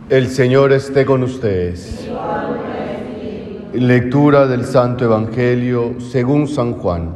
El Señor esté con ustedes. Lectura del Santo Evangelio según San Juan.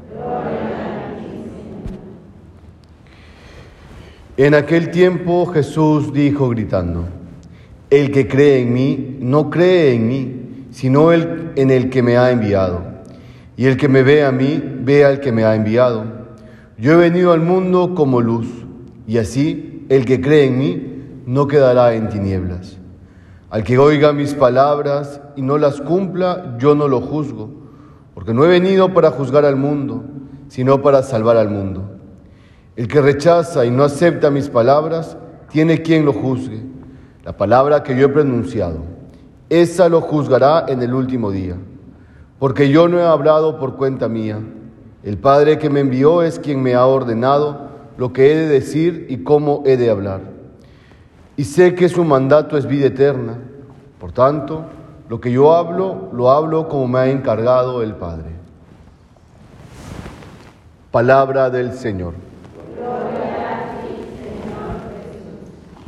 En aquel tiempo Jesús dijo gritando: El que cree en mí, no cree en mí, sino en el que me ha enviado. Y el que me ve a mí, ve al que me ha enviado. Yo he venido al mundo como luz, y así el que cree en mí no quedará en tinieblas. Al que oiga mis palabras y no las cumpla, yo no lo juzgo, porque no he venido para juzgar al mundo, sino para salvar al mundo. El que rechaza y no acepta mis palabras, tiene quien lo juzgue. La palabra que yo he pronunciado, esa lo juzgará en el último día. Porque yo no he hablado por cuenta mía. El Padre que me envió es quien me ha ordenado lo que he de decir y cómo he de hablar. Y sé que su mandato es vida eterna. Por tanto, lo que yo hablo, lo hablo como me ha encargado el Padre. Palabra del Señor. Gloria a ti, Señor Jesús.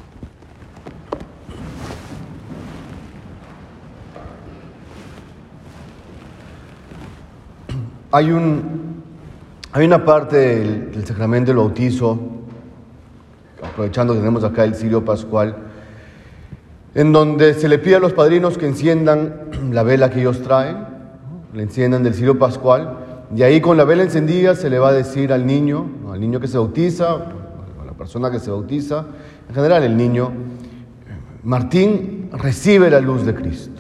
Hay una parte del sacramento del bautizo, aprovechando que tenemos acá el cirio pascual, en donde se le pide a los padrinos que enciendan la vela que ellos traen, le enciendan del cirio pascual, y ahí con la vela encendida se le va a decir al niño que se bautiza, a la persona que se bautiza, en general el niño: Martín, recibe la luz de Cristo.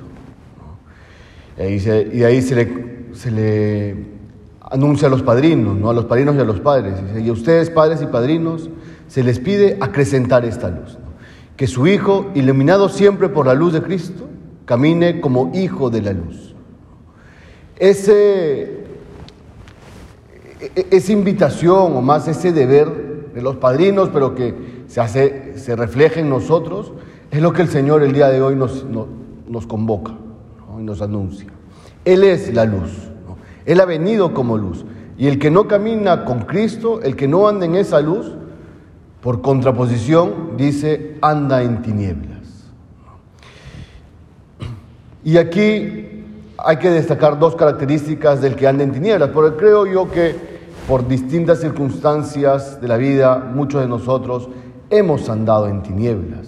Y ahí se le anuncia a los padrinos, ¿no? A los padrinos y a los padres. Y a ustedes, padres y padrinos, se les pide acrecentar esta luz, ¿no? Que su hijo, iluminado siempre por la luz de Cristo, camine como hijo de la luz. Esa invitación, o más ese deber de los padrinos, pero que se refleja en nosotros, es lo que el Señor el día de hoy nos convoca, ¿no? Y nos anuncia. Él es la luz, ¿no? Él ha venido como luz. Y el que no camina con Cristo, el que no anda en esa luz, por contraposición, dice, anda en tinieblas. Y aquí hay que destacar dos características del que anda en tinieblas, porque creo yo que por distintas circunstancias de la vida, muchos de nosotros hemos andado en tinieblas.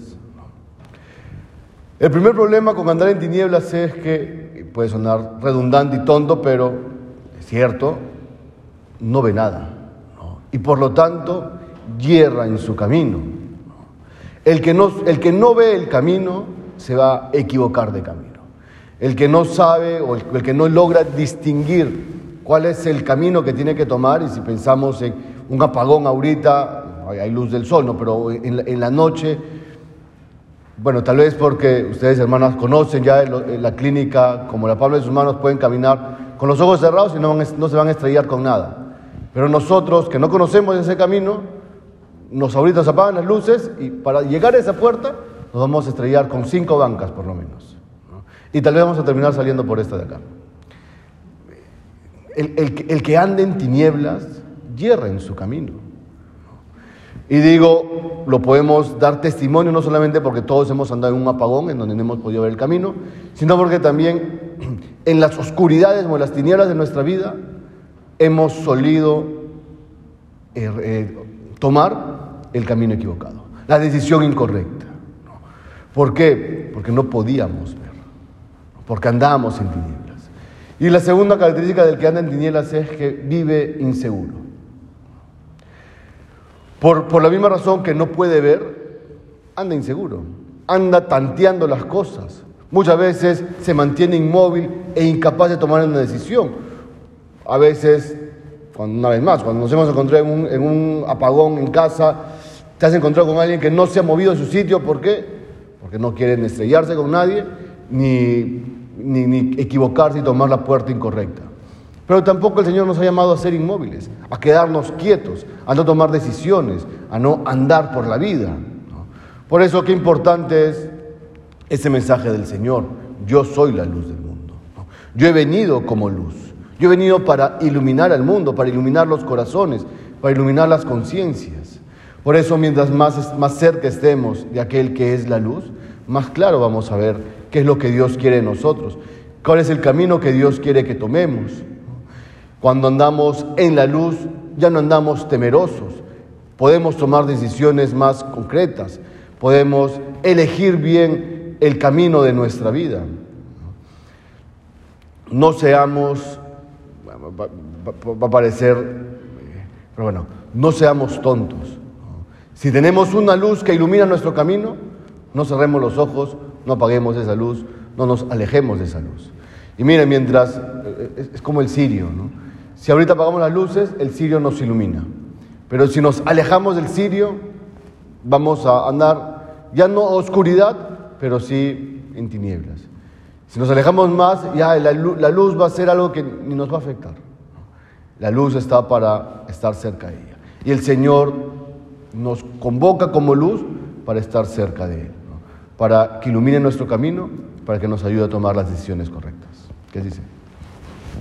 El primer problema con andar en tinieblas es que, puede sonar redundante y tonto, pero es cierto, no ve nada, ¿no? Y por lo tanto, yerra en su camino. El que no ve el camino se va a equivocar de camino. El que no sabe o el que no logra distinguir cuál es el camino que tiene que tomar, y si pensamos en un apagón ahorita, hay luz del sol, ¿no? Pero en la noche, bueno, tal vez porque ustedes, hermanas, conocen ya en la clínica, como la palma de sus manos, pueden caminar con los ojos cerrados y no se van a estrellar con nada. Pero nosotros, que no conocemos ese camino, ahorita se apagan las luces y para llegar a esa puerta nos vamos a estrellar con 5 bancas por lo menos, ¿no? Y tal vez vamos a terminar saliendo por esta de acá. El que anda en tinieblas yerra en su camino, ¿no? Y digo, lo podemos dar testimonio no solamente porque todos hemos andado en un apagón en donde no hemos podido ver el camino, sino porque también en las oscuridades o en las tinieblas de nuestra vida hemos solido tomar el camino equivocado, la decisión incorrecta, ¿no? ¿Por qué? Porque no podíamos ver, porque andábamos en tinieblas. Y la segunda característica del que anda en tinieblas es que vive inseguro. Por la misma razón que no puede ver, anda inseguro, anda tanteando las cosas. Muchas veces se mantiene inmóvil e incapaz de tomar una decisión. A veces, cuando nos hemos encontrado en un apagón en casa, te has encontrado con alguien que no se ha movido de su sitio. ¿Por qué? Porque no quieren estrellarse con nadie, ni equivocarse y tomar la puerta incorrecta. Pero tampoco el Señor nos ha llamado a ser inmóviles, a quedarnos quietos, a no tomar decisiones, a no andar por la vida, ¿no? Por eso qué importante es ese mensaje del Señor: yo soy la luz del mundo, ¿no? Yo he venido como luz, yo he venido para iluminar al mundo, para iluminar los corazones, para iluminar las conciencias. Por eso mientras más cerca estemos de aquel que es la luz, más claro vamos a ver qué es lo que Dios quiere de nosotros, cuál es el camino que Dios quiere que tomemos. Cuando andamos en la luz, ya no andamos temerosos, podemos tomar decisiones más concretas, podemos elegir bien el camino de nuestra vida. No seamos, va a parecer, pero bueno, no seamos tontos. Si tenemos una luz que ilumina nuestro camino, no cerremos los ojos, no apaguemos esa luz, no nos alejemos de esa luz. Y miren, mientras, es como el cirio, ¿no? Si ahorita apagamos las luces, el cirio nos ilumina. Pero si nos alejamos del cirio, vamos a andar, ya no a oscuridad, pero sí en tinieblas. Si nos alejamos más, ya la luz va a ser algo que ni nos va a afectar. La luz está para estar cerca de ella. Y el Señor nos convoca como luz para estar cerca de Él, ¿no? Para que ilumine nuestro camino, para que nos ayude a tomar las decisiones correctas. ¿Qué dice?